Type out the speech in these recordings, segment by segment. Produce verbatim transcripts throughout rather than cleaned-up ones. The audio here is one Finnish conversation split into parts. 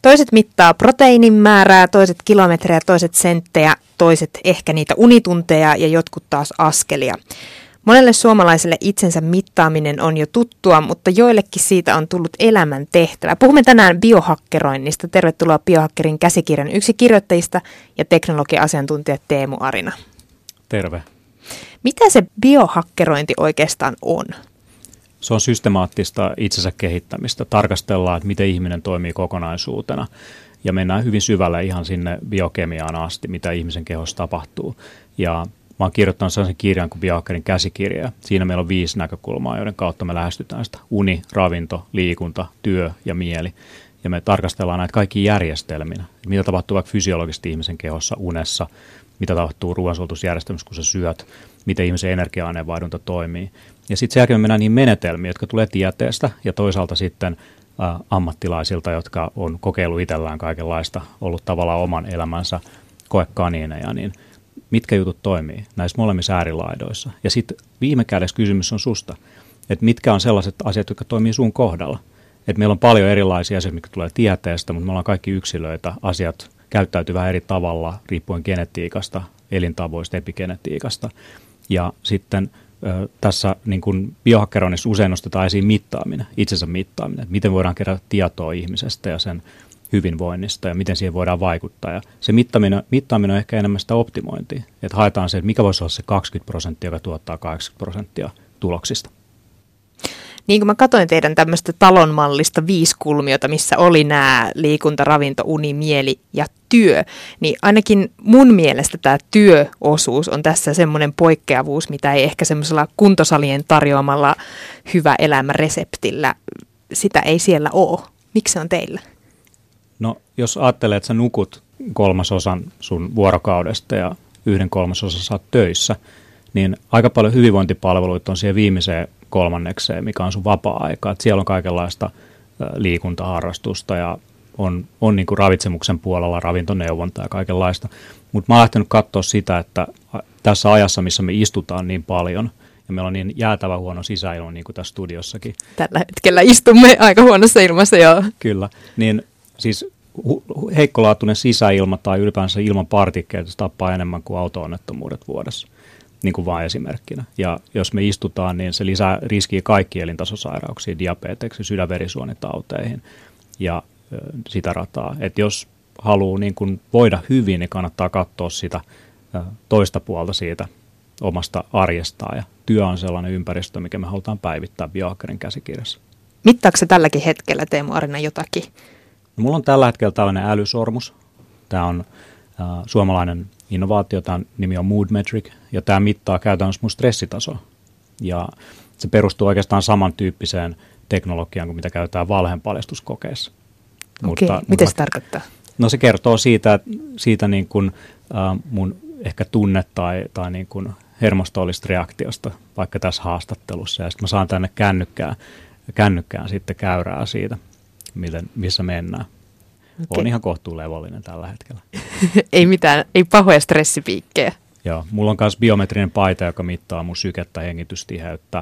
Toiset mittaa proteiinin määrää, toiset kilometrejä, toiset senttejä, toiset ehkä niitä unitunteja ja jotkut taas askelia. Monelle suomalaiselle itsensä mittaaminen on jo tuttua, mutta joillekin siitä on tullut elämän tehtävä. Puhumme tänään biohakkeroinnista. Tervetuloa Biohakkerin käsikirjan yksi kirjoittajista ja teknologia-asiantuntija Teemu Arina. Terve. Mitä se biohakkerointi oikeastaan on? Se on systemaattista itsensä kehittämistä. Tarkastellaan, että miten ihminen toimii kokonaisuutena ja mennään hyvin syvälle ihan sinne biokemiaan asti, mitä ihmisen kehossa tapahtuu. Ja mä oon kirjoittanut sellaisen kirjan kuin Biohakkerin käsikirja. Siinä meillä on viisi näkökulmaa, joiden kautta me lähestytään sitä. Uni, ravinto, liikunta, työ ja mieli. Ja me tarkastellaan näitä kaikki järjestelminä. Mitä tapahtuu vaikka fysiologisesti ihmisen kehossa unessa, mitä tapahtuu ruoansulutusjärjestelmässä, kun sä syöt, miten ihmisen energia-aineenvaihdunta toimii. Ja sitten sen jälkeen me mennään niihin menetelmiin, jotka tulee tieteestä ja toisaalta sitten ä, ammattilaisilta, jotka on kokeillut itsellään kaikenlaista, ollut tavallaan oman elämänsä koekaniineja, niin mitkä jutut toimii näissä molemmissa äärilaidoissa. Ja sitten viime kädessä kysymys on susta, että mitkä on sellaiset asiat, jotka toimii sun kohdalla. Että meillä on paljon erilaisia asioita, mitkä tulee tieteestä, mutta me ollaan kaikki yksilöitä, asiat käyttäytyy vähän eri tavalla riippuen genetiikasta, elintavoista, epigenetiikasta. Ja sitten ö, tässä niin kun biohakkeroinnissa usein nostetaan esiin mittaaminen, itsensä mittaaminen, että miten voidaan kerätä tietoa ihmisestä ja sen hyvinvoinnista ja miten siihen voidaan vaikuttaa. Ja se mittaaminen, mittaaminen on ehkä enemmän sitä optimointia, että haetaan se, että mikä voisi olla se kaksikymmentä prosenttia, joka tuottaa kahdeksankymmentä prosenttia tuloksista. Niin kuin mä katsoin teidän tämmöistä talonmallista viisikulmiota, missä oli nämä liikunta, ravinto, uni, mieli ja työ, niin ainakin mun mielestä tämä työosuus on tässä semmoinen poikkeavuus, mitä ei ehkä semmoisella kuntosalien tarjoamalla hyvä elämä reseptillä, sitä ei siellä ole. Miksi se on teillä? No jos ajattelee, että sä nukut kolmasosan sun vuorokaudesta ja yhden kolmasosan sä oot töissä, niin aika paljon hyvinvointipalveluita on siihen viimeiseen kolmannekseen, mikä on sun vapaa-aika. Et siellä on kaikenlaista liikuntaharrastusta ja on, on niin kuin ravitsemuksen puolella ravintoneuvontaa ja kaikenlaista. Mutta mä oon lähtenyt katsoa sitä, että tässä ajassa, missä me istutaan niin paljon, ja meillä on niin jäätävä huono sisäilma, niin kuin tässä studiossakin. Tällä hetkellä istumme aika huonossa ilmassa, joo. Kyllä, niin siis hu- heikkolaatuinen sisäilma tai ylipäänsä ilman partikkeita tappaa enemmän kuin auto-onnettomuudet vuodessa. Niin kuin vain esimerkkinä. Ja jos me istutaan, niin se lisää riskiä kaikkiin elintasosairauksiin, diabeteksiin, sydänverisuonitauteihin ja ö, sitä rataa. Että jos haluaa niin kuin voida hyvin, niin kannattaa katsoa sitä ö, toista puolta siitä omasta arjestaan. Ja työ on sellainen ympäristö, mikä me halutaan päivittää Biohakkerin käsikirjassa. Mittaako se tälläkin hetkellä, Teemu Arina, jotakin? No, mulla on tällä hetkellä tällainen älysormus. Tämä on äh, suomalainen innovaatio, tämän nimi on Mood Metric, ja tämä mittaa käytännössä mun stressitasoa. Ja se perustuu oikeastaan samantyyppiseen teknologiaan kuin mitä käytetään valheenpaljastuskokeissa. Okei, mutta, mitä se tarkoittaa? No se kertoo siitä, siitä niin kuin, äh, mun ehkä tunne- tai, tai niin kuin hermostollisesta reaktiosta, vaikka tässä haastattelussa. Ja sitten mä saan tänne kännykkään, kännykkään sitten käyrää siitä, miten, missä mennään. Okay. On ihan kohtuun levollinen tällä hetkellä. Ei mitään, ei pahoja stressipiikkejä. Joo, mulla on myös biometrinen paita, joka mittaa mun sykettä, hengitystiheyttä,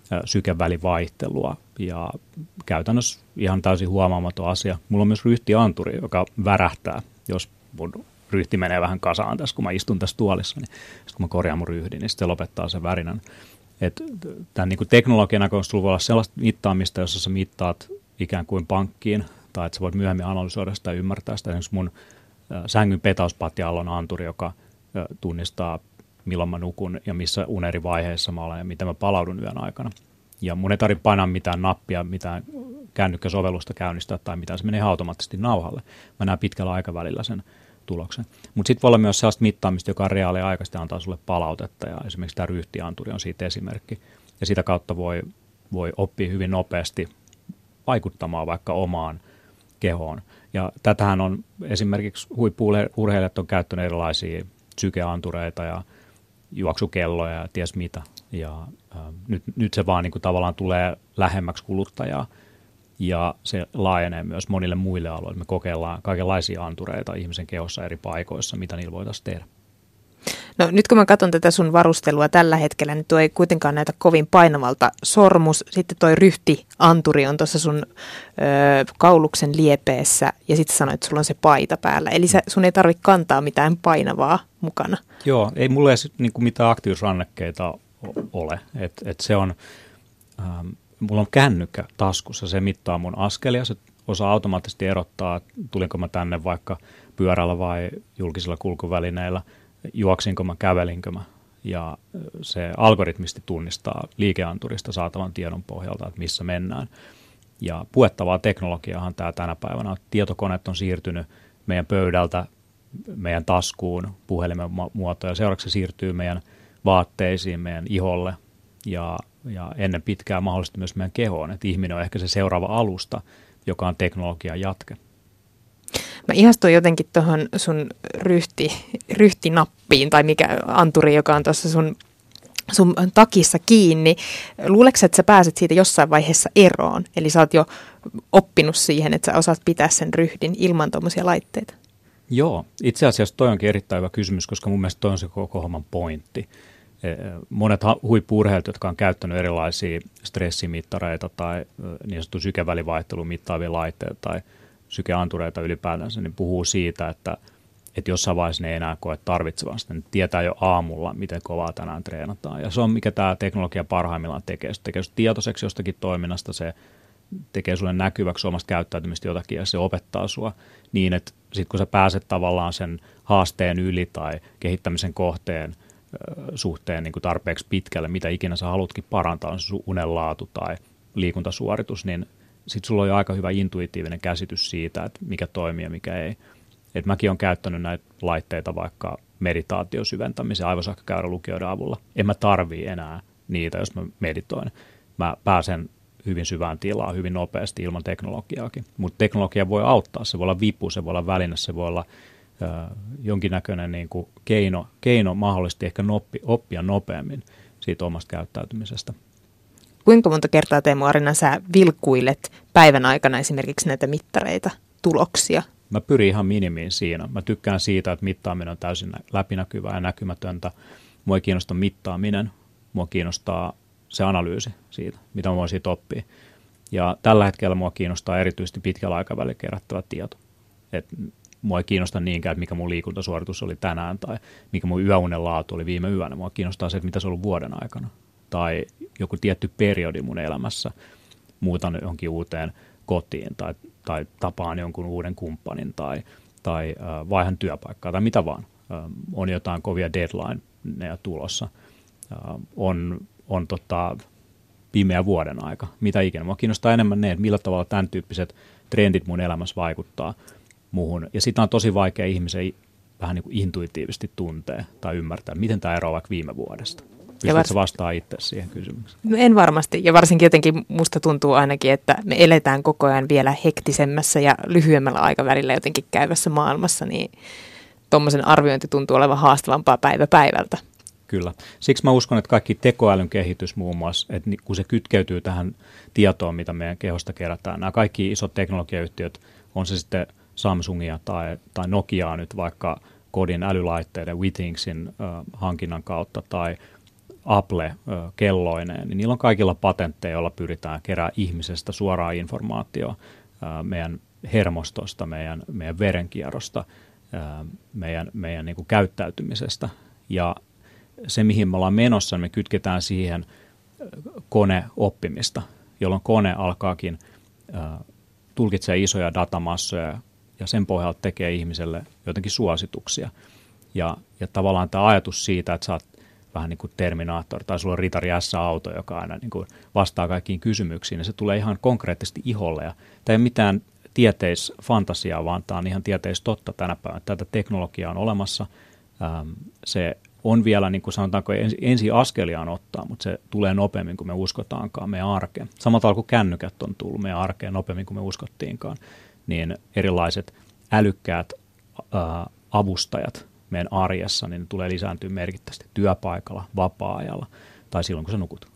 sykevälivaihtelua ja käytännössä ihan täysin huomaamaton asia. Mulla on myös ryhtianturi, joka värähtää, jos mun ryhti menee vähän kasaan tässä, kun mä istun tässä tuolissa, niin sitten kun mä korjaan mun ryhdin, niin sitten se lopettaa sen värinän. Että tämän niin kuin teknologian näkökulmasta voi olla sellaista mittaamista, jossa sä mittaat ikään kuin pankkiin, tai että sä voit myöhemmin analysoida sitä ja ymmärtää sitä. Esimerkiksi mun sängyn petauspatjalla on anturi, joka tunnistaa, milloin mä nukun ja missä uneri vaiheessa mä olen ja miten mä palaudun yön aikana. Ja mun ei tarvitse painaa mitään nappia, mitään kännykkäsovellusta käynnistää tai mitään, se menee automaattisesti nauhalle. Mä näen pitkällä aikavälillä sen tuloksen. Mutta sitten voi olla myös sellaista mittaamista, joka on reaaliaikaisesti antaa sulle palautetta, ja esimerkiksi tämä ryhtianturi on siitä esimerkki. Ja sitä kautta voi, voi oppia hyvin nopeasti vaikuttamaan vaikka omaan kehoon. Ja tätähän on esimerkiksi huippu-urheilijat on käyttänyt erilaisia sykeantureita ja juoksukelloja ja ties mitä. Ja äh, nyt, nyt se vaan niin kuin tavallaan tulee lähemmäksi kuluttajaa ja se laajenee myös monille muille aloille. Me kokeillaan kaikenlaisia antureita ihmisen kehossa eri paikoissa, mitä niillä voitaisiin tehdä. No nyt kun mä katson tätä sun varustelua tällä hetkellä, niin tuo ei kuitenkaan näytä kovin painavalta. Sormus, sitten toi ryhtianturi on tuossa sun ö, kauluksen liepeessä ja sitten sanoit, että sulla on se paita päällä. Eli sä, sun ei tarvitse kantaa mitään painavaa mukana. Joo, ei mulla edes niin kuin mitään aktiivisrannekkeita ole. Et, et se on, ähm, mulla on kännykkä taskussa, se mittaa mun askelia, se osaa automaattisesti erottaa, tulinko mä tänne vaikka pyörällä vai julkisilla kulkuvälineillä, juoksinko mä, kävelinkö mä. Ja se algoritmisti tunnistaa liikeanturista saatavan tiedon pohjalta, että missä mennään. Ja puettavaa teknologiaahan tämä tänä päivänä on. Tietokoneet on siirtynyt meidän pöydältä meidän taskuun puhelimen muotoon, ja seuraavaksi se siirtyy meidän vaatteisiin, meidän iholle ja, ja ennen pitkää mahdollisesti myös meidän kehoon. Että ihminen on ehkä se seuraava alusta, joka on teknologian jatke. Mä ihastuin jotenkin tuohon sun ryhti, ryhtinappiin tai mikä anturi, joka on tuossa sun, sun takissa kiinni. Luuleeko että sä pääset siitä jossain vaiheessa eroon? Eli sä oot jo oppinut siihen, että sä osaat pitää sen ryhdin ilman tuommoisia laitteita? Joo, itse asiassa toi onkin erittäin hyvä kysymys, koska mun mielestä toi on se koko homman pointti. Monet huippu-urheilijat, jotka on käyttänyt erilaisia stressimittareita tai niin sanottu sykevälivaihtelun mittaavia laitteita tai sykeantureita ylipäätänsä, niin puhuu siitä, että, että jossain vaiheessa ne ei enää koe tarvitsevasta. Ne tietää jo aamulla, miten kovaa tänään treenataan. Ja se on, mikä tämä teknologia parhaimmillaan tekee. Se tekee tietoiseksi jostakin toiminnasta, se tekee sulle näkyväksi omasta käyttäytymistä jotakin ja se opettaa sua niin, että sitten kun sä pääset tavallaan sen haasteen yli tai kehittämisen kohteen suhteen niin kuin tarpeeksi pitkälle, mitä ikinä sä halutkin parantaa, on se sun unenlaatu tai liikuntasuoritus, niin sitten sulla on jo aika hyvä intuitiivinen käsitys siitä, että mikä toimii ja mikä ei. Et mäkin olen käyttänyt näitä laitteita vaikka meditaatiosyventämisen aivosakkakäyrälukijoiden avulla. En mä tarvii enää niitä, jos mä meditoin. Mä pääsen hyvin syvään tilaan hyvin nopeasti ilman teknologiaakin. Mutta teknologia voi auttaa, se voi olla vipu, se voi olla väline, se voi olla äh, jonkinnäköinen niin kuin keino, keino mahdollisesti ehkä noppi, oppia nopeammin siitä omasta käyttäytymisestä. Kuinka monta kertaa, Teemu Arina, sä vilkuilet päivän aikana esimerkiksi näitä mittareita, tuloksia? Mä pyrin ihan minimiin siinä. Mä tykkään siitä, että mittaaminen on täysin läpinäkyvää ja näkymätöntä. Mua ei kiinnosta mittaaminen, mua kiinnostaa se analyysi siitä, mitä mä voin siitä oppia. Ja tällä hetkellä mua kiinnostaa erityisesti pitkällä aikavälillä kerättävä tieto. Et mua ei kiinnosta niinkään, että mikä mun liikuntasuoritus oli tänään tai mikä mun yöunen laatu oli viime yönä. Mua kiinnostaa se, että mitä se on ollut vuoden aikana. Tai joku tietty periodi mun elämässä, muutan johonkin uuteen kotiin tai, tai tapaan jonkun uuden kumppanin tai, tai äh, vaihan työpaikkaa tai mitä vaan. Äh, on jotain kovia deadlineja tulossa. Äh, on on tota, pimeä vuoden aika, mitä ikinä. Mua kiinnostaa enemmän ne, että millä tavalla tämän tyyppiset trendit mun elämässä vaikuttaa muuhun. Ja sitä on tosi vaikea ihmisen vähän niin kuin intuitiivisesti tuntea tai ymmärtää, miten tämä eroaa vaikka viime vuodesta. Pystytkö vars- vastaa itse siihen kysymykseen? En varmasti. Ja varsinkin jotenkin musta tuntuu ainakin, että me eletään koko ajan vielä hektisemmässä ja lyhyemmällä aikavälillä jotenkin käyvässä maailmassa, niin tuommoisen arviointi tuntuu olevan haastavampaa päivä päivältä. Kyllä. Siksi mä uskon, että kaikki tekoälyn kehitys muun muassa, että kun se kytkeytyy tähän tietoon, mitä meidän kehosta kerätään, nämä kaikki isot teknologiayhtiöt, on se sitten Samsungia tai, tai Nokiaa nyt vaikka kodin älylaitteiden Withingsin äh, hankinnan kautta tai Apple äh, kelloineen, niin niillä on kaikilla patentteja, joilla pyritään keräämään ihmisestä suoraa informaatiota äh, meidän hermostosta, meidän, meidän verenkierrosta, äh, meidän, meidän niin kuin käyttäytymisestä ja se, mihin me ollaan menossa, me kytketään siihen koneoppimista, jolloin kone alkaakin äh, tulkitsee isoja datamassoja ja sen pohjalta tekee ihmiselle jotenkin suosituksia. Ja, ja tavallaan tämä ajatus siitä, että sä oot vähän niin kuin Terminaattori tai sulla on Ritari S-auto, joka aina niin kuin vastaa kaikkiin kysymyksiin, ja se tulee ihan konkreettisesti iholle. Ja tämä ei ole mitään tieteisfantasiaa, vaan tämä on ihan tieteistotta tänä päivänä. Tätä teknologiaa on olemassa. Ähm, se on vielä, niin kuin sanotaanko, ensi, ensi askeliaan ottaa, mutta se tulee nopeammin kuin me uskotaankaan meidän arkeen. Samalla tavalla kuin kännykät on tullut meidän arkeen nopeammin kuin me uskottiinkaan, niin erilaiset älykkäät ää, avustajat meidän arjessa, niin ne tulee lisääntyä merkittävästi työpaikalla, vapaa-ajalla tai silloin, kun sä nukut.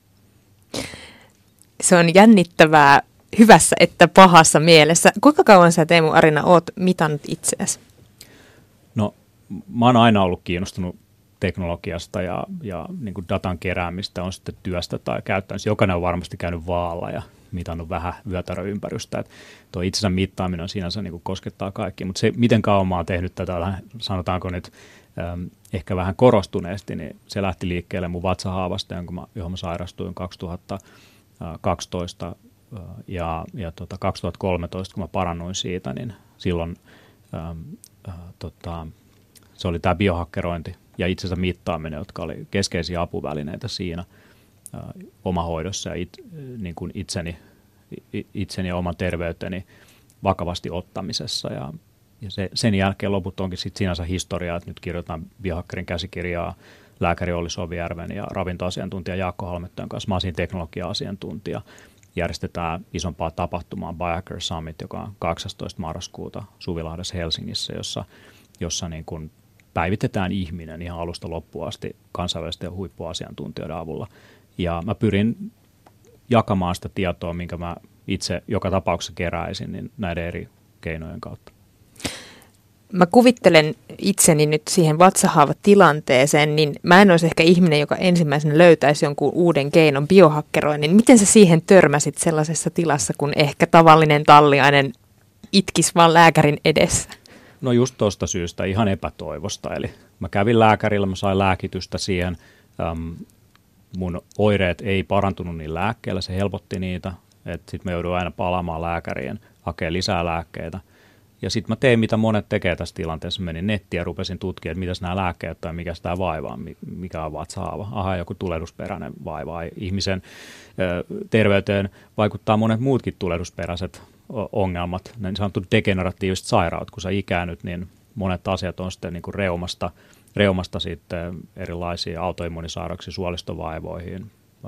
Se on jännittävää hyvässä että pahassa mielessä. Kuinka kauan sä, Teemu Arina, oot mitannut itseäsi? No, mä oon aina ollut kiinnostunut teknologiasta ja, ja niin kuin datan keräämistä on sitten työstä tai käyttämistä. Jokainen on varmasti käynyt vaalla ja mitannut vähän vyötäröympärystä. Että tuo itsensä mittaaminen on sinänsä niin kuin koskettaa kaikki, mutta se, miten kauan mä oon tehnyt tätä, sanotaanko nyt ähm, ehkä vähän korostuneesti, niin se lähti liikkeelle mun vatsahaavasta, jonka mä, johon mä sairastuin kaksituhattakaksitoista ja, ja tota kaksituhattakolmetoista, kun mä parannuin siitä, niin silloin ähm, äh, tota, se oli tämä biohakkerointi ja itsensä mittaaminen, jotka oli keskeisiä apuvälineitä siinä äh, omahoidossa ja it, niin kuin itseni, itseni ja oman terveyteni vakavasti ottamisessa. Ja, ja se, sen jälkeen loput onkin sit sinänsä historiaa, että nyt kirjoitan biohakkerin käsikirjaa lääkäri Olli Sovijärven ja ravintoasiantuntija Jaakko Halmettojen kanssa. Mä olisin teknologia-asiantuntija. Järjestetään isompaa tapahtumaa Biohacker Summit, joka on kahdeksastoista marraskuuta Suvilahdessa Helsingissä, jossa, jossa niin kuin päivitetään ihminen ihan alusta loppuun asti kansainvälisten huippuasiantuntijoiden avulla. Ja mä pyrin jakamaan sitä tietoa, minkä mä itse joka tapauksessa keräisin, niin näiden eri keinojen kautta. Mä kuvittelen itseni nyt siihen vatsahaavatilanteeseen, niin mä en olisi ehkä ihminen, joka ensimmäisenä löytäisi jonkun uuden keinon biohakkeroinnin. Miten sä siihen törmäsit sellaisessa tilassa, kun ehkä tavallinen talliainen itkisi vaan lääkärin edessä? No just tuosta syystä, ihan epätoivosta. Eli mä kävin lääkärillä, mä sain lääkitystä siihen. Äm, mun oireet ei parantunut niin lääkkeellä, se helpotti niitä. Sitten mä jouduin aina palaamaan lääkäriin, hakemaan lisää lääkkeitä. Ja sitten mä tein, mitä monet tekee tässä tilanteessa. Menin nettiin ja rupesin tutkia, että mitäs nämä lääkkeet tai mikä tämä vaiva on, mikä on vatsahaava. Aha, joku tulehdusperäinen vaiva. Ihmisen ö, terveyteen vaikuttaa monet muutkin tulehdusperäiset ongelmat, niin sanottu degeneratiiviset sairaudet. Kun sä ikäännyt, niin monet asiat on sitten niin kuin reumasta, reumasta sitten erilaisiin autoimmunisairauksiin, suolistovaivoihin.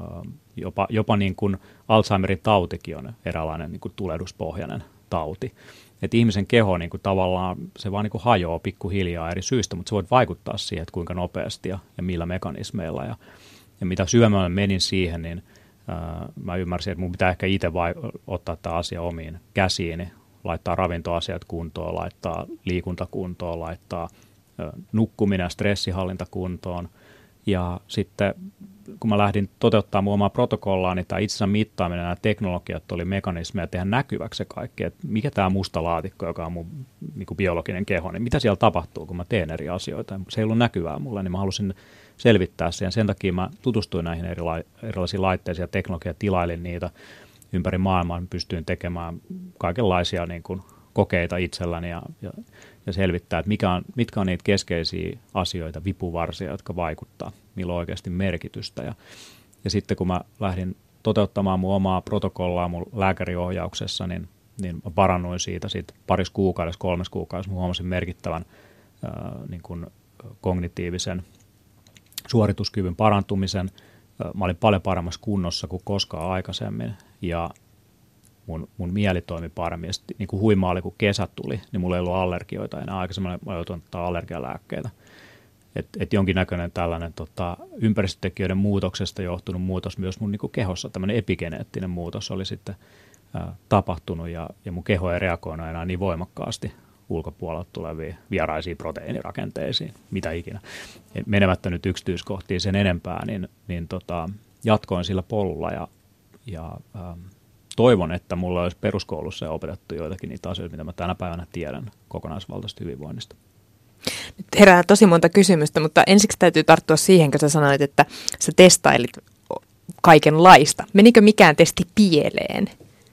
Jopa, jopa niin kuin Alzheimerin tautikin on eräänlainen niin kuin tulehduspohjainen tauti. Että ihmisen keho niin kuin tavallaan, se vaan niin kuin hajoaa pikkuhiljaa eri syistä, mutta se voi vaikuttaa siihen, että kuinka nopeasti ja, ja millä mekanismeilla. Ja, ja mitä syvemmälle menin siihen, niin ää, mä ymmärsin, että mun pitää ehkä itse vai, ottaa tämä asia omiin käsiini, laittaa ravintoasiat kuntoon, laittaa liikunta kuntoon, laittaa ää, nukkuminen ja stressihallinta kuntoon. Ja sitten kun mä lähdin toteuttamaan mun omaa protokollaa, niin tämä itsensä mittaaminen, nämä teknologiat oli mekanismeja tehdä näkyväksi se kaikki, että mikä tämä musta laatikko, joka on mun niin kuin biologinen keho, niin mitä siellä tapahtuu, kun mä teen eri asioita. Se ei ollut näkyvää mulle, niin mä halusin selvittää sen. Sen takia mä tutustuin näihin erila- erilaisiin laitteisiin ja teknologiaan, tilailin niitä ympäri maailmaa, pystyin tekemään kaikenlaisia niin kuin kokeita itselläni ja, ja, ja selvittää, että mikä on, mitkä on niitä keskeisiä asioita, vipuvarsia, jotka vaikuttaa, millä on oikeasti merkitystä. Ja, ja sitten kun mä lähdin toteuttamaan mun omaa protokollaa mun lääkäriohjauksessa, niin, niin mä parannuin siitä, siitä parissa kuukaudessa, kolmes kuukaudessa. Mä huomasin merkittävän ää, niin kuin kognitiivisen suorituskyvyn parantumisen. Mä olin paljon paremmassa kunnossa kuin koskaan aikaisemmin ja Mun, mun mieli toimi paremmin. Ja sitten, niin kuin huimaa oli, kun kesä tuli, niin mulla ei ollut allergioita enää. Aikaisemmin mä joutuin ottaa allergialääkkeitä. Että et jonkinnäköinen tällainen tota, ympäristötekijöiden muutoksesta johtunut muutos myös mun niin kuin kehossa, tämmöinen epigeneettinen muutos oli sitten ää, tapahtunut ja, ja mun keho ei reagoinut enää niin voimakkaasti ulkopuolelta tuleviin vieraisiin proteiinirakenteisiin, mitä ikinä. Menemättä nyt yksityiskohtiin sen enempää, niin, niin tota, jatkoin sillä polulla ja, ja ähm, toivon, että mulla olisi peruskoulussa opetettu joitakin niitä asioita, mitä mä tänä päivänä tiedän kokonaisvaltaisesta hyvinvoinnista. Nyt herää tosi monta kysymystä, mutta ensiksi täytyy tarttua siihen, kun sä sanoit, että sä testailit kaikenlaista. Menikö mikään testi pieleen?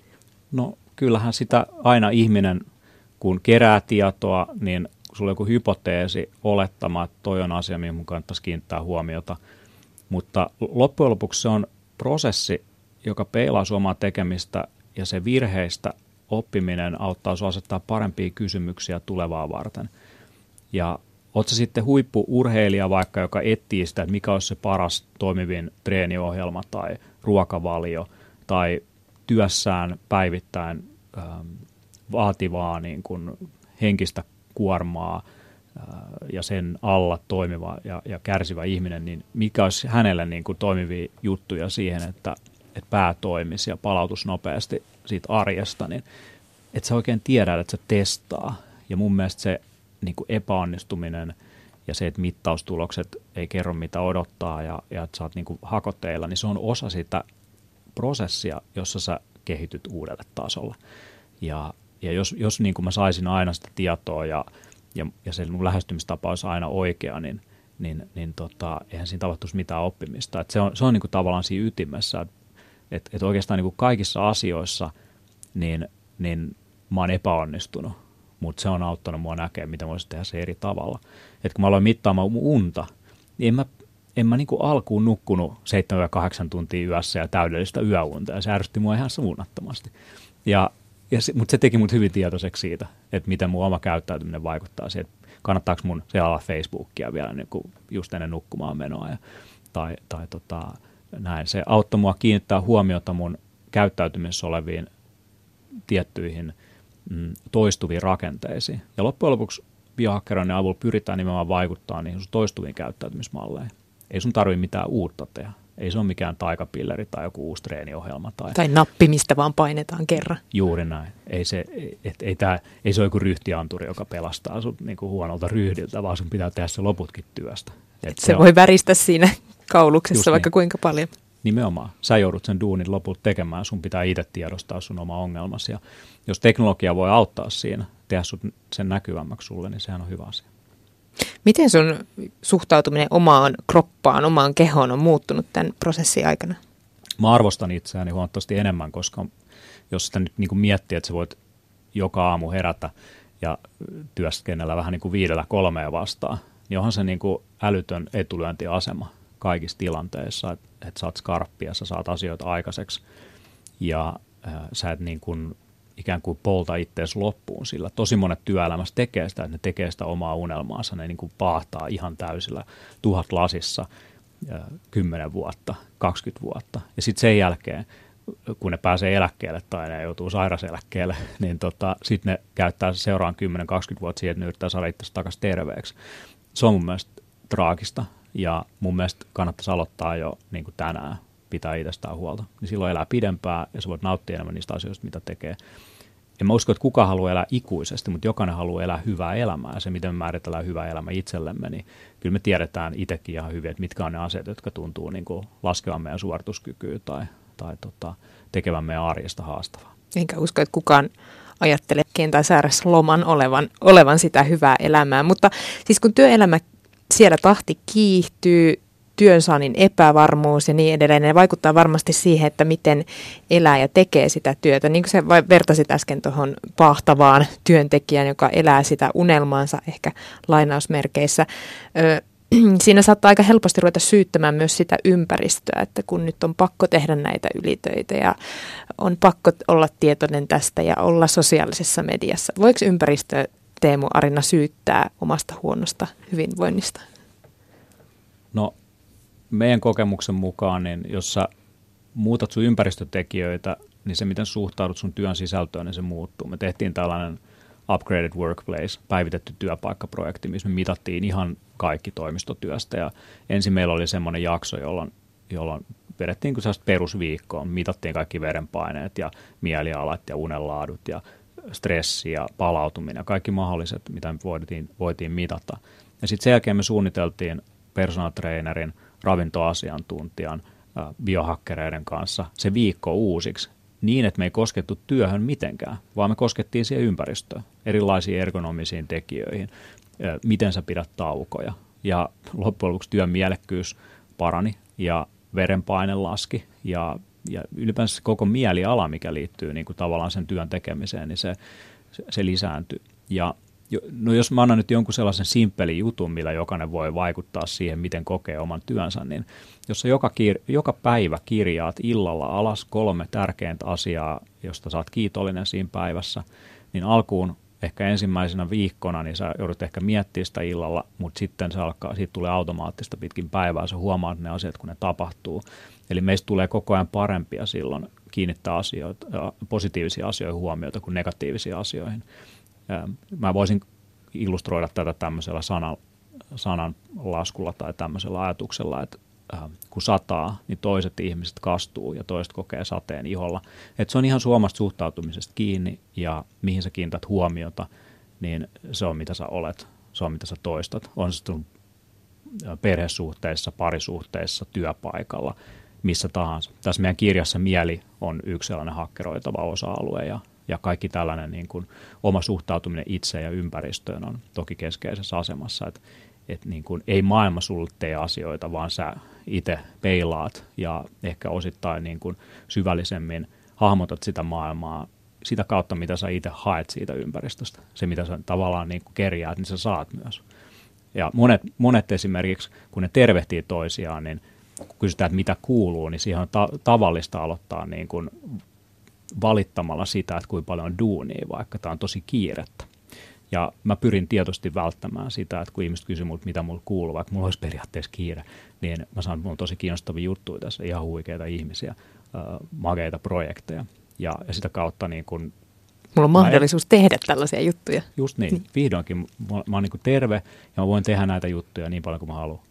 No kyllähän sitä aina ihminen, kun kerää tietoa, niin sulla on joku hypoteesi, olettama, että toi on asia, mihin mun kannattaisi kiinnittää huomiota. Mutta loppujen lopuksi se on prosessi, joka peilaa sun omaa tekemistä ja se virheistä oppiminen auttaa sinua asettaa parempia kysymyksiä tulevaa varten. Ja oot sä sitten huippu-urheilija vaikka, joka etsii sitä, että mikä olisi se paras toimivin treeniohjelma tai ruokavalio tai työssään päivittäin ähm, vaativaa niin kuin henkistä kuormaa äh, ja sen alla toimiva ja, ja kärsivä ihminen, niin mikä olisi hänelle niin kuin toimivia juttuja siihen, että että pää toimisi ja palautus nopeasti siitä arjesta, niin että sä oikein tiedät, että se testaa. Ja mun mielestä se niin kuin epäonnistuminen ja se, että mittaustulokset ei kerro mitä odottaa ja, ja että sä oot niin kuin hakoteilla, niin se on osa sitä prosessia, jossa sä kehityt uudelle tasolle. Ja, ja jos, jos niin kuin mä saisin aina sitä tietoa ja, ja, ja se mun lähestymistapa olisi aina oikea, niin, niin, niin tota, eihän siinä tapahtuisi mitään oppimista. Et se on, se on niin kuin tavallaan siinä ytimessä, että et, et oikeastaan niin kuin kaikissa asioissa niin, niin mä oon epäonnistunut, mutta se on auttanut mua näkemään, miten voisi tehdä se eri tavalla. Et kun mä aloin mittaamaan mun unta, niin en mä, en mä niin kuin alkuun nukkunut seitsemän kahdeksan tuntia yössä ja täydellistä yöunta, ja se ärsytti mua ihan suunnattomasti. Ja mutta se teki mut hyvin tietoiseksi siitä, että miten mun oma käyttäytyminen vaikuttaa siihen, että kannattaako mun selata Facebookia vielä niin kuin just ennen nukkumaan menoa. Ja, tai tai tota, näin. Se auttoi mua kiinnittää huomiota mun käyttäytymisessä oleviin tiettyihin mm, toistuviin rakenteisiin. Ja loppujen lopuksi biohakkeroinnin avulla pyritään nimenomaan vaikuttaa niihin toistuviin käyttäytymismalleihin. Ei sun tarvitse mitään uutta tehdä. Ei se ole mikään taikapilleri tai joku uusi treeniohjelma. Tai, tai nappi, mistä vaan painetaan kerran. Juuri näin. Ei se, et, ei tää, ei se ole joku ryhtianturi, joka pelastaa sut niinku huonolta ryhdiltä, vaan sun pitää tehdä se loputkin työstä. Et se se voi on, väristä siinä kauluksessa vaikka niin. Kuinka paljon. Nimenomaan. Sä joudut sen duunin lopulta tekemään, sun pitää itse tiedostaa sun oma ongelmasi. Ja jos teknologia voi auttaa siinä, tehdä sut sen näkyvämmäksi sulle, niin sehän on hyvä asia. Miten sun suhtautuminen omaan kroppaan, omaan kehoon on muuttunut tämän prosessin aikana? Mä arvostan itseäni huomattavasti enemmän, koska jos sitä nyt niin kuin miettii, että sä voit joka aamu herätä ja työskennellä vähän niin kuin viidellä kolmea vastaan, niin onhan se niin kuin älytön etulyöntiasema kaikissa tilanteissa, että, että sä oot skarppi ja sä saat asioita aikaiseksi ja äh, sä et niin kuin ikään kuin polta ittees loppuun sillä. Tosi monet työelämässä tekee sitä, että ne tekee sitä omaa unelmaansa, ne niin kuin paahtaa ihan täysillä tuhat lasissa kymmenen vuotta, kaksikymmentä vuotta. Ja sitten sen jälkeen, kun ne pääsee eläkkeelle tai ne joutuu sairaseläkkeelle, niin tota, sitten ne käyttää seuraan kymmenen kaksikymmentä vuotta siihen, että ne yrittää saada itse takaisin terveeksi. Se on mun mielestä traagista ja mun mielestä kannattaisi aloittaa jo niin kuin tänään pitää itsestään huolta. Niin silloin elää pidempään ja sä voit nauttia enemmän niistä asioista, mitä tekee. En mä usko, että kukaan haluaa elää ikuisesti, mutta jokainen haluaa elää hyvää elämää. Ja se, miten me määritellään hyvää elämä itsellemme, niin kyllä me tiedetään itsekin ihan hyvin, että mitkä on ne asiat, jotka tuntuu niin kuin laskevan meidän suorituskykyä tai, tai tota, tekevän meidän arjesta haastavaa. Enkä usko, että kukaan ajattelee tai sairausloman olevan, olevan sitä hyvää elämää. Mutta siis kun työelämä siellä tahti kiihtyy, työnsaannin epävarmuus ja niin edelleen, ne vaikuttaa varmasti siihen, että miten elää ja tekee sitä työtä. Niin kuin sä vertasit äsken tuohon pahtavaan työntekijään, joka elää sitä unelmaansa ehkä lainausmerkeissä. Ö, siinä saattaa aika helposti ruveta syyttämään myös sitä ympäristöä, että kun nyt on pakko tehdä näitä ylitöitä ja on pakko olla tietoinen tästä ja olla sosiaalisessa mediassa. Voiko ympäristö, Teemu Arina, syyttää omasta huonosta hyvinvoinnista? No, meidän kokemuksen mukaan, niin jos sä muutat sun ympäristötekijöitä, niin se, miten suhtaudut sun työn sisältöön, niin se muuttuu. Me tehtiin tällainen Upgraded Workplace, päivitetty työpaikkaprojekti, missä me mitattiin ihan kaikki toimistotyöstä. Ja ensin meillä oli semmoinen jakso, jolloin, jolloin vedettiin kuin sellaista perusviikkoa. Mitattiin kaikki verenpaineet ja mielialat ja unenlaadut ja stressi ja palautuminen ja kaikki mahdolliset, mitä me voitiin, voitiin mitata. Ja sitten sen jälkeen me suunniteltiin personal trainerin, ravintoasiantuntijan, biohakkereiden kanssa se viikko uusiksi niin, että me ei koskettu työhön mitenkään, vaan me koskettiin siihen ympäristöön, erilaisiin ergonomisiin tekijöihin, miten sä pidät taukoja. Ja loppujen lopuksi työn mielekkyys parani ja verenpaine laski ja, ja ylipäänsä koko mieliala, mikä liittyy niin kuin tavallaan sen työn tekemiseen, niin se, se, se lisääntyi. Ja no jos mä annan nyt jonkun sellaisen simppelin jutun, millä jokainen voi vaikuttaa siihen, miten kokee oman työnsä, niin jos sä joka, kir- joka päivä kirjaat illalla alas kolme tärkeintä asiaa, josta sä oot kiitollinen siinä päivässä, niin alkuun ehkä ensimmäisenä viikkona, niin sä joudut ehkä miettimään sitä illalla, mutta sitten se alkaa, siitä tulee automaattista pitkin päivää, sä huomaat ne asiat, kun ne tapahtuu. Eli meistä tulee koko ajan parempia silloin kiinnittää asioita, positiivisia asioihin huomiota kuin negatiivisiin asioihin. Mä voisin illustroida tätä tämmöisellä sanan, sananlaskulla tai tämmöisellä ajatuksella, että kun sataa, niin toiset ihmiset kastuu ja toiset kokee sateen iholla. Että se on ihan suomasta suhtautumisesta kiinni ja mihin sä kiinnität huomiota, niin se on mitä sä olet se on mitä sä toistat. On se perhesuhteissa, parisuhteissa, työpaikalla, missä tahansa. Tässä meidän kirjassa mieli on yksi sellainen hakkeroitava osa-alue ja, ja kaikki tällainen niin kuin oma suhtautuminen itse ja ympäristöön on toki keskeisessä asemassa, että et niin kuin ei maailma sulle tee asioita, vaan sä itse peilaat ja ehkä osittain niin kuin syvällisemmin hahmotat sitä maailmaa sitä kautta, mitä sä itse haet siitä ympäristöstä. Se, mitä sä tavallaan niin kuin kerjäät, niin sä saat myös. Ja monet, monet esimerkiksi, kun ne tervehtii toisiaan, niin kun kysytään, että mitä kuuluu, niin siihen on ta- tavallista aloittaa niin kuin valittamalla sitä, että kuinka paljon on duunia, vaikka tämä on tosi kiirettä. Ja mä pyrin tietoisesti välttämään sitä, että kun ihmiset kysyy multa, mitä mulla kuuluu, vaikka mulla olisi periaatteessa kiire, niin mä sanon, että mulla on tosi kiinnostavia juttuja tässä, ihan huikeita ihmisiä, äh, makeita projekteja. Ja, ja sitä kautta niin kun mulla on mahdollisuus en, tehdä tällaisia juttuja. Just niin, niin. Vihdoinkin mä, mä oon niin kuin terve ja mä voin tehdä näitä juttuja niin paljon kuin mä haluan.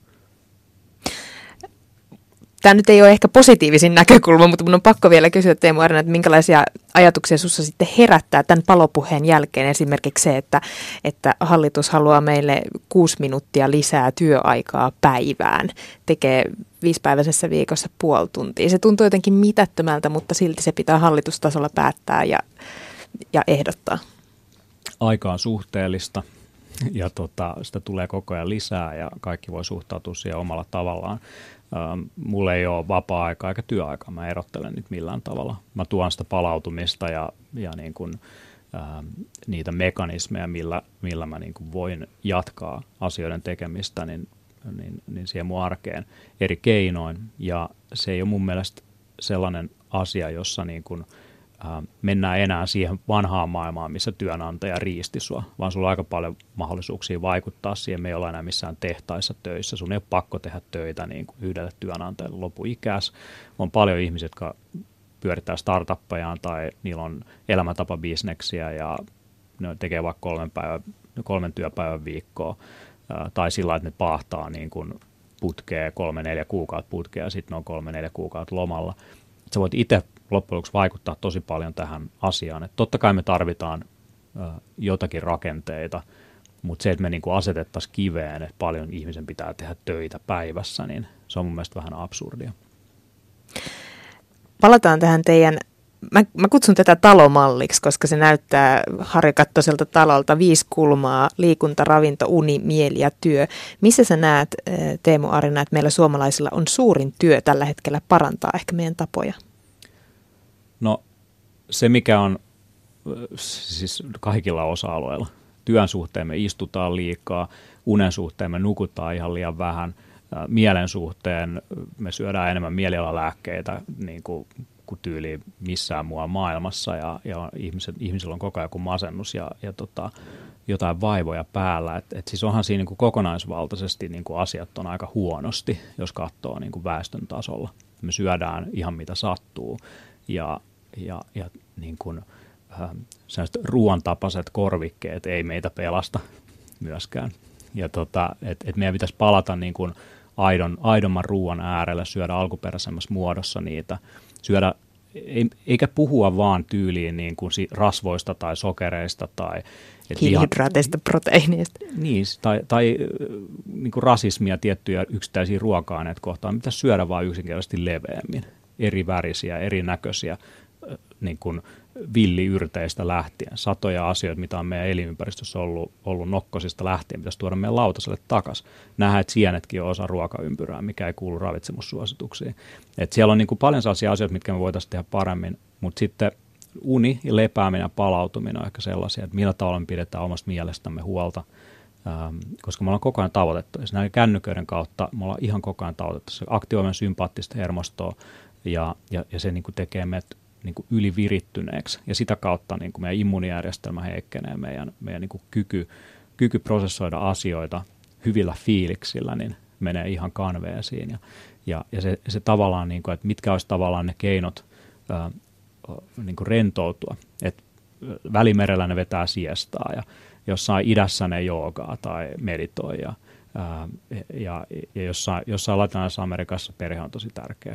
Tämä nyt ei ole ehkä positiivisin näkökulma, mutta mun on pakko vielä kysyä Teemu Arina, että minkälaisia ajatuksia sinussa sitten herättää tämän palopuheen jälkeen. Esimerkiksi se, että, että hallitus haluaa meille kuusi minuuttia lisää työaikaa päivään, tekee viisipäiväisessä viikossa puoli tuntia. Se tuntuu jotenkin mitättömältä, mutta silti se pitää hallitustasolla päättää ja, ja ehdottaa. Aika on suhteellista ja tota, sitä tulee koko ajan lisää ja kaikki voi suhtautua siihen omalla tavallaan. Ähm, mulla ei ole vapaa-aikaa eikä työaikaa, mä erottelen niitä millään tavalla. Mä tuon sitä palautumista ja, ja niin kuin, ähm, niitä mekanismeja, millä, millä mä niin kuin voin jatkaa asioiden tekemistä niin, niin, niin siihen mun arkeen eri keinoin. Ja se ei ole mun mielestä sellainen asia, jossa niin kuin, äh, mennään enää siihen vanhaan maailmaan, missä työnantaja riisti sua, vaan sulla on aika paljon mahdollisuuksia vaikuttaa siihen. Me ei olla enää missään tehtaissa töissä. Sun ei ole pakko tehdä töitä niin kuin yhdelle työnantajalle lopuikäs. On paljon ihmisiä, jotka pyörittää startuppejaan tai niillä on elämäntapabisneksiä ja ne tekee vaikka kolmen, päivän, kolmen työpäivän viikkoa äh, tai sillä, että ne paahtaa niin kuin putkea kolme, neljä kuukautta putkea ja sitten ne on kolme, neljä kuukautta lomalla. Sä voit itse loppujen lopuksi vaikuttaa tosi paljon tähän asiaan. Et totta kai me tarvitaan ö, jotakin rakenteita, mutta se, että me niinku asetettaisiin kiveen, että paljon ihmisen pitää tehdä töitä päivässä, niin se on mun mielestä vähän absurdia. Palataan tähän teidän, mä, mä kutsun tätä talomalliksi, koska se näyttää harjakattoiselta talolta, viisi kulmaa, liikunta, ravinto, uni, mieli ja työ. Missä sä näet, Teemu Arina, että meillä suomalaisilla on suurin työ tällä hetkellä parantaa ehkä meidän tapoja? No se, mikä on siis kaikilla osa-alueilla. Työn suhteen me istutaan liikaa, unen suhteen me nukutaan ihan liian vähän, mielen suhteen me syödään enemmän mielialalääkkeitä niin kuin, kuin tyyliin missään muualla maailmassa ja, ja ihmiset, ihmisillä on koko ajan joku masennus ja, ja tota, jotain vaivoja päällä. Et, et siis onhan siinä niin kuin kokonaisvaltaisesti niin kuin asiat on aika huonosti, jos katsoo niin kuin väestön tasolla. Me syödään ihan mitä sattuu ja Ja, ja niin kuin, äh, sellaiset ruoantapaiset korvikkeet ei meitä pelasta myöskään. Ja tota, et, et meidän pitäisi palata niin kuin aidon, aidomman ruoan äärelle, syödä alkuperäisemmässä muodossa niitä, syödä, ei, eikä puhua vaan tyyliin niin kuin rasvoista tai sokereista tai hiilihydraateista, proteiineista. Niin, tai, tai niin kuin rasismia tiettyjä yksittäisiä ruoka-aineita kohtaan, mitä syödä vaan yksinkertaisesti leveämmin, eri värisiä, erinäköisiä, niin kuin villiyrteistä lähtien. Satoja asioita, mitä on meidän elinympäristössä ollut, ollut nokkosista lähtien, pitäisi tuoda meidän lautaselle takaisin. Nähdään, että sienetkin on osa ruokaympyrää, mikä ei kuulu ravitsemussuosituksiin. Et siellä on niin kuin paljon sellaisia asioita, mitkä me voitaisiin tehdä paremmin, mutta sitten uni ja lepääminen ja palautuminen on ehkä sellaisia, että millä tavalla me pidetään omasta mielestämme huolta, ähm, koska me ollaan koko ajan tavoitettu. Ja näiden kännyköiden kautta me ollaan ihan koko ajan tavoitettu. Se aktivoi meidän sympaattista hermostoa ja, ja, ja se niin kuin tekee meidät niin kuin ylivirittyneeksi ja sitä kautta niin kuin meidän immuunijärjestelmä heikkenee, meidän, meidän niin kuin kyky, kyky prosessoida asioita hyvillä fiiliksillä niin menee ihan kanveesiin ja, ja, ja se, se tavallaan, niin kuin, että mitkä olisi tavallaan ne keinot ää, niin kuin rentoutua, että Välimerellä ne vetää siestaa ja jossain idässä ne joogaa tai meditoi ja, ää, ja, ja jossain, jossain Latinalaisessa Amerikassa perhe on tosi tärkeä.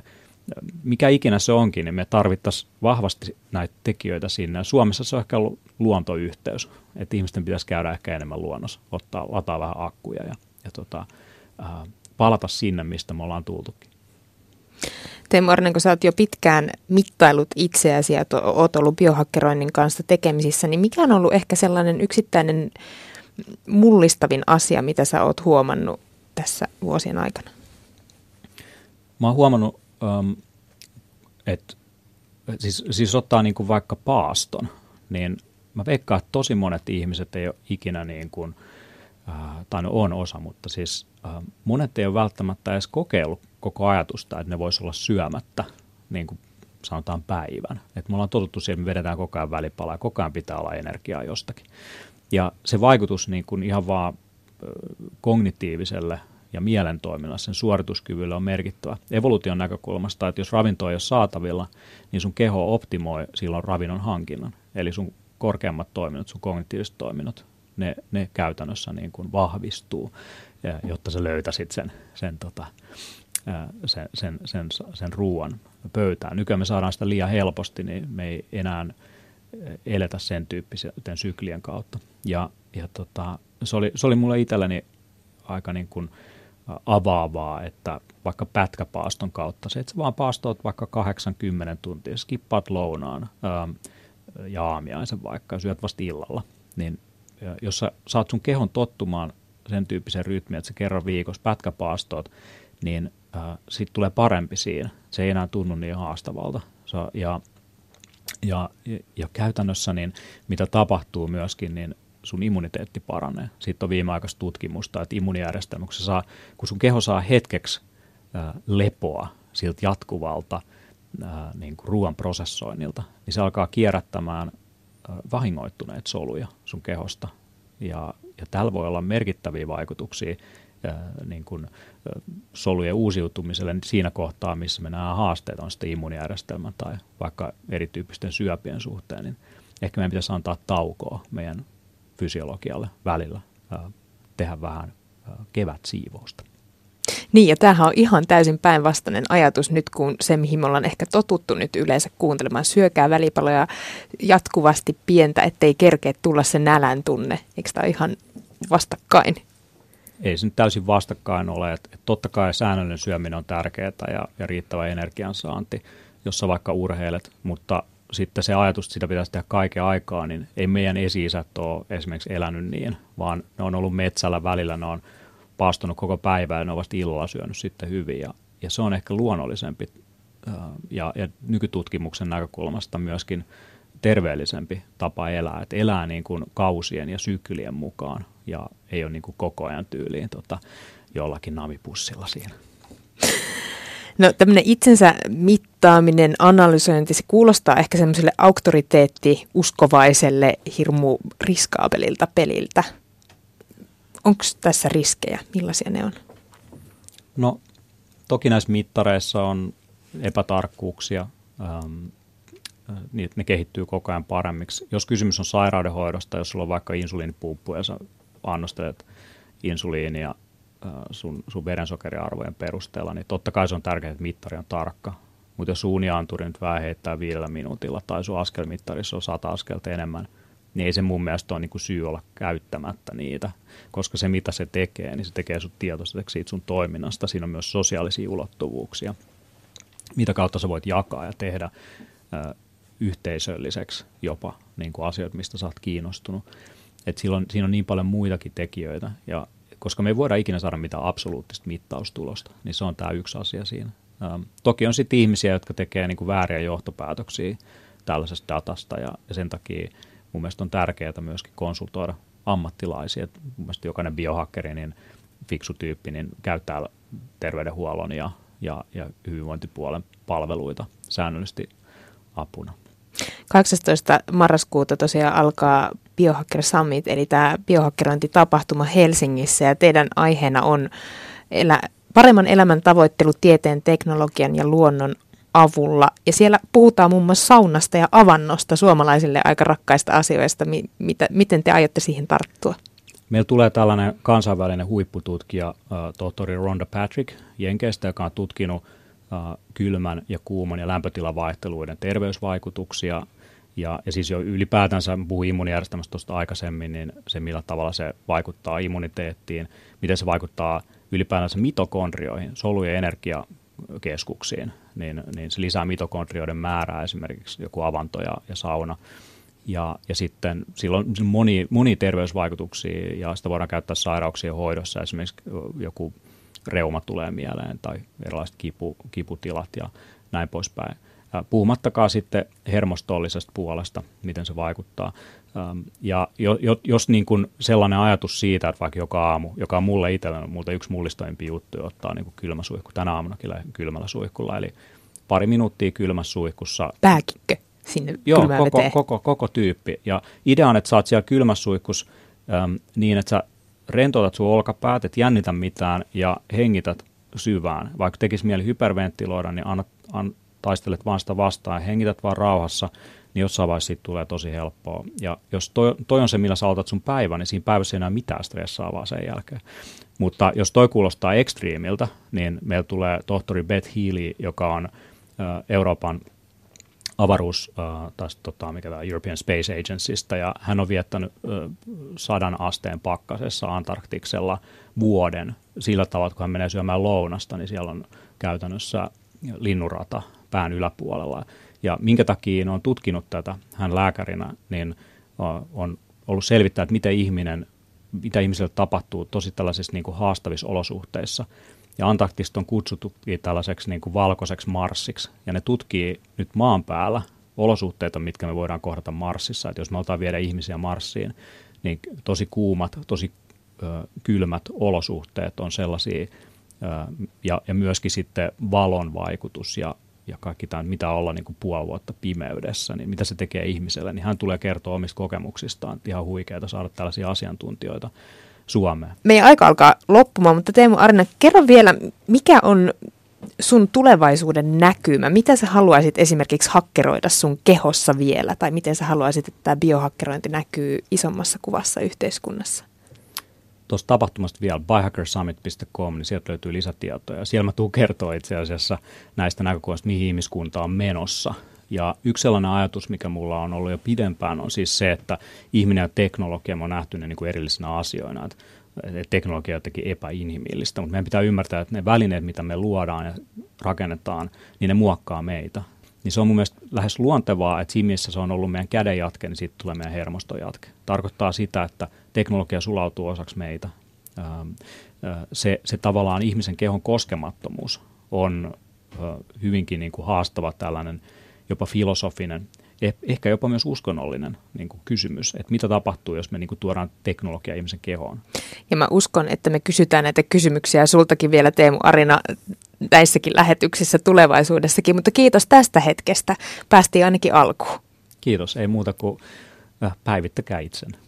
mikä ikinä se onkin, niin me tarvittaisiin vahvasti näitä tekijöitä sinne. Suomessa se on ehkä ollut luontoyhteys, että ihmisten pitäisi käydä ehkä enemmän luonnossa, ottaa, lataa vähän akkuja ja, ja tota, ää, palata sinne, mistä me ollaan tultukin. Teemu Arinen, kun sä oot jo pitkään mittailut itseäsi ja oot ollut biohakkeroinnin kanssa tekemisissä, niin mikä on ollut ehkä sellainen yksittäinen mullistavin asia, mitä sä oot huomannut tässä vuosien aikana? Mä oon huomannut, että siis, siis ottaa niin kuin vaikka paaston, niin mä veikkaan, että tosi monet ihmiset ei ole ikinä niin kuin, tai no on osa, mutta siis monet ei ole välttämättä edes kokeillut koko ajatusta, että ne voisi olla syömättä, niin kuin sanotaan päivän. Että me ollaan totuttu siihen, että me vedetään koko ajan välipalaa ja koko ajan pitää olla energiaa jostakin. Ja se vaikutus niin kuin ihan vaan kognitiiviselle ja mielentoiminnalle, sen suorituskyvylle on merkittävä. Evoluution näkökulmasta, että jos ravintoa ei ole saatavilla, niin sun keho optimoi silloin ravinnon hankinnan. Eli sun korkeammat toiminnot, sun kognitiiviset toiminnot, ne, ne käytännössä niin kuin vahvistuu, jotta sä löytäisit sen, sen, tota, sen, sen, sen, sen ruoan pöytään. Nykyään me saadaan sitä liian helposti, niin me ei enää eletä sen tyyppisen syklien kautta. Ja, ja tota, se, oli, se oli mulle itselleni aika niin kuin avaavaa, että vaikka pätkäpaaston kautta, se, että sä vaan paastoot vaikka kahdeksankymmentä tuntia, skippaat lounaan ää, ja aamiaisen vaikka ja syöt vasta illalla, niin jos sä saat sun kehon tottumaan sen tyyppisen rytmin, että sä kerran viikossa pätkäpaastoot, niin ää, siitä tulee parempi siinä. Se ei enää tunnu niin haastavalta. Se, ja, ja, ja käytännössä niin mitä tapahtuu myöskin, niin sun immuniteetti paranee. Siitä on viimeaikaista tutkimusta, että immunijärjestelmä, kun, saa, kun sun keho saa hetkeksi ää, lepoa siltä jatkuvalta ää, niin kuin ruoan prosessoinnilta, niin se alkaa kierrättämään ää, vahingoittuneita soluja sun kehosta. Ja, ja tällä voi olla merkittäviä vaikutuksia ää, niin kuin, ää, solujen uusiutumiselle siinä kohtaa, missä me nämä haasteet on sitten immunijärjestelmän tai vaikka erityyppisten syöpien suhteen, niin ehkä meidän pitäisi antaa taukoa meidän fysiologialle välillä, ää, tehdä vähän ää, kevätsiivousta. Niin, ja tämähän on ihan täysin päinvastainen ajatus nyt, kun se, mihin me ollaan ehkä totuttu nyt yleensä kuuntelemaan, syökää välipaloja jatkuvasti pientä, ettei kerkeä tulla se nälän tunne. Eikö tämä ole ihan vastakkain? Ei se nyt täysin vastakkain ole. Että, että totta kai säännöllinen syöminen on tärkeää ja, ja riittävä energiansaanti, jos sä vaikka urheilet, mutta sitten se ajatus, että sitä pitäisi tehdä kaiken aikaa, niin ei meidän esi-isät ole esimerkiksi elänyt niin, vaan ne on ollut metsällä välillä, ne on paastunut koko päivää ja ne on vasta illalla syönyt sitten hyvin. Ja, ja se on ehkä luonnollisempi ja, ja nykytutkimuksen näkökulmasta myöskin terveellisempi tapa elää. Että elää niin kuin kausien ja syklien mukaan ja ei ole niin kuin koko ajan tyyliin tota, jollakin navipussilla siinä. No tämmöinen itsensä mittaaminen, analysointi, se kuulostaa ehkä semmoiselle auktoriteetti-uskovaiselle hirmu riskaabelilta peliltä. Onko tässä riskejä? Millaisia ne on? No toki näissä mittareissa on epätarkkuuksia. Ähm, ne kehittyy koko ajan paremmiksi. Jos kysymys on sairaudenhoidosta, jos sulla on vaikka insuliinipumppu ja sä annostelet insuliinia sun, sun verensokeriarvojen perusteella, niin totta kai se on tärkeää, että mittari on tarkka. Mutta jos sun unianturi nyt vähän heittää viidellä minuutilla tai sun askelmittarissa on sata askelta enemmän, niin ei se mun mielestä ole niinku syy olla käyttämättä niitä, koska se mitä se tekee, niin se tekee sut tietoiseksi siitä sun toiminnasta. Siinä on myös sosiaalisia ulottuvuuksia, mitä kautta sä voit jakaa ja tehdä äh, yhteisölliseksi jopa niin kuin asioita, mistä sä oot kiinnostunut. Et silloin, siinä on niin paljon muitakin tekijöitä, ja koska me ei voida ikinä saada mitään absoluuttista mittaustulosta, niin se on tämä yksi asia siinä. Ähm, toki on sitten ihmisiä, jotka tekee niinku vääriä johtopäätöksiä tällaisesta datasta, ja, ja sen takia mun mielestä on tärkeää myöskin konsultoida ammattilaisia. Et mun mielestä jokainen biohakkeri, niin fiksu tyyppi, niin käyttää terveydenhuollon ja, ja, ja hyvinvointipuolen palveluita säännöllisesti apuna. kahdeksastoista marraskuuta tosiaan alkaa Biohacker Summit, eli tämä biohakkerointitapahtuma Helsingissä, ja teidän aiheena on elä, paremman elämän tavoittelu tieteen, teknologian ja luonnon avulla. Ja siellä puhutaan muun muassa saunasta ja avannosta, suomalaisille aika rakkaista asioista. Mi, mitä, miten te aiotte siihen tarttua? Meillä tulee tällainen kansainvälinen huippututkija, uh, tohtori Rhonda Patrick Jenkeistä, joka on tutkinut kylmän ja kuuman ja lämpötilavaihteluiden terveysvaikutuksia. Ja, ja siis jo ylipäätänsä, puhuin immuunijärjestelmästä tuosta aikaisemmin, niin se millä tavalla se vaikuttaa immuniteettiin, miten se vaikuttaa ylipäätänsä mitokondrioihin, solu- ja energiakeskuksiin, niin, niin se lisää mitokondrioiden määrää, esimerkiksi joku avanto ja, ja sauna. Ja, ja sitten sillä on moni, moni terveysvaikutuksia ja sitä voidaan käyttää sairauksien hoidossa, esimerkiksi joku reuma tulee mieleen tai erilaiset kipu, kiputilat ja näin poispäin. Puhumattakaan sitten hermostollisesta puolesta, miten se vaikuttaa. Ja jos niin kuin sellainen ajatus siitä, että vaikka joka aamu, joka on mulle itselleni multa yksi mullistoimpia juttuja, ottaa niin kuin kylmäsuihku, tänä aamunakin kylmällä suihkulla, eli pari minuuttia kylmässä suihkussa. Pääkikkö sinne Joo, kylmään koko, veteen. koko, koko tyyppi. Ja idea on, että sä oot siellä kylmässä suihkussa äm, niin, että sä rentoutat sun olkapäät, et jännitä mitään ja hengität syvään. Vaikka tekisi mieli hyperventtiloida, niin annat, an, taistelet vaan sitä vastaan ja hengität vaan rauhassa, niin jossain vaiheessa siitä tulee tosi helppoa. Ja jos toi, toi on se, millä sä aloitat sun päivän, niin siinä päivässä ei enää mitään stressaavaa sen jälkeen. Mutta jos toi kuulostaa ekstriimiltä, niin meillä tulee tohtori Beth Healy, joka on ä, Euroopan avaruus, äh, taas, tota, mikä tämä European Space Agencysta, ja hän on viettänyt äh, sadan asteen pakkasessa Antarktiksella vuoden sillä tavalla, että kun hän menee syömään lounasta, niin siellä on käytännössä linnunrata pään yläpuolella. Ja minkä takia on tutkinut tätä, hän lääkärinä, niin äh, on ollut selvittää, että miten ihminen, mitä ihmiselle tapahtuu tosi tällaisissa niin kuin haastavissa olosuhteissa. Ja Antarktista on kutsuttu tällaiseksi niin kuin valkoiseksi Marsiksi, ja ne tutkii nyt maan päällä olosuhteita, mitkä me voidaan kohdata Marsissa. Että jos me otetaan viedä ihmisiä Marsiin, niin tosi kuumat, tosi ö, kylmät olosuhteet on sellaisia, ö, ja, ja myöskin sitten valon vaikutus ja, ja kaikki tämä, mitä olla niin kuin puoli vuotta pimeydessä, niin mitä se tekee ihmiselle, niin hän tulee kertoa omista kokemuksistaan. Ihan huikeaa saada tällaisia asiantuntijoita Suomeen. Meidän aika alkaa loppumaan, mutta Teemu Arina, kerro vielä, mikä on sun tulevaisuuden näkymä? Mitä sä haluaisit esimerkiksi hakkeroida sun kehossa vielä? Tai miten sä haluaisit, että tämä biohakkerointi näkyy isommassa kuvassa yhteiskunnassa? Tuosta tapahtumasta vielä biohacker summit piste com, niin sieltä löytyy lisätietoja. Siellä mä tuun kertoa itse asiassa näistä näkökulmista, mihin ihmiskunta on menossa. Ja yksi sellainen ajatus, mikä mulla on ollut jo pidempään, on siis se, että ihminen ja teknologia on nähty ne niin kuin erillisinä asioina. Että teknologia on jotenkin epäinhimillistä, mutta meidän pitää ymmärtää, että ne välineet, mitä me luodaan ja rakennetaan, niin ne muokkaa meitä. Niin se on mun mielestä lähes luontevaa, että siinä missä se on ollut meidän kädenjatke, niin siitä tulee meidän hermostojatke. Tarkoittaa sitä, että teknologia sulautuu osaksi meitä. Se, se tavallaan ihmisen kehon koskemattomuus on hyvinkin niin kuin haastava tällainen jopa filosofinen, ehkä jopa myös uskonnollinen niin kuin kysymys, että mitä tapahtuu, jos me niin kuin tuodaan teknologiaa ihmisen kehoon. Ja mä uskon, että me kysytään näitä kysymyksiä sultakin vielä, Teemu Arina, näissäkin lähetyksissä tulevaisuudessakin, mutta kiitos tästä hetkestä. Päästiin ainakin alkuun. Kiitos, ei muuta kuin päivittäkää itsen.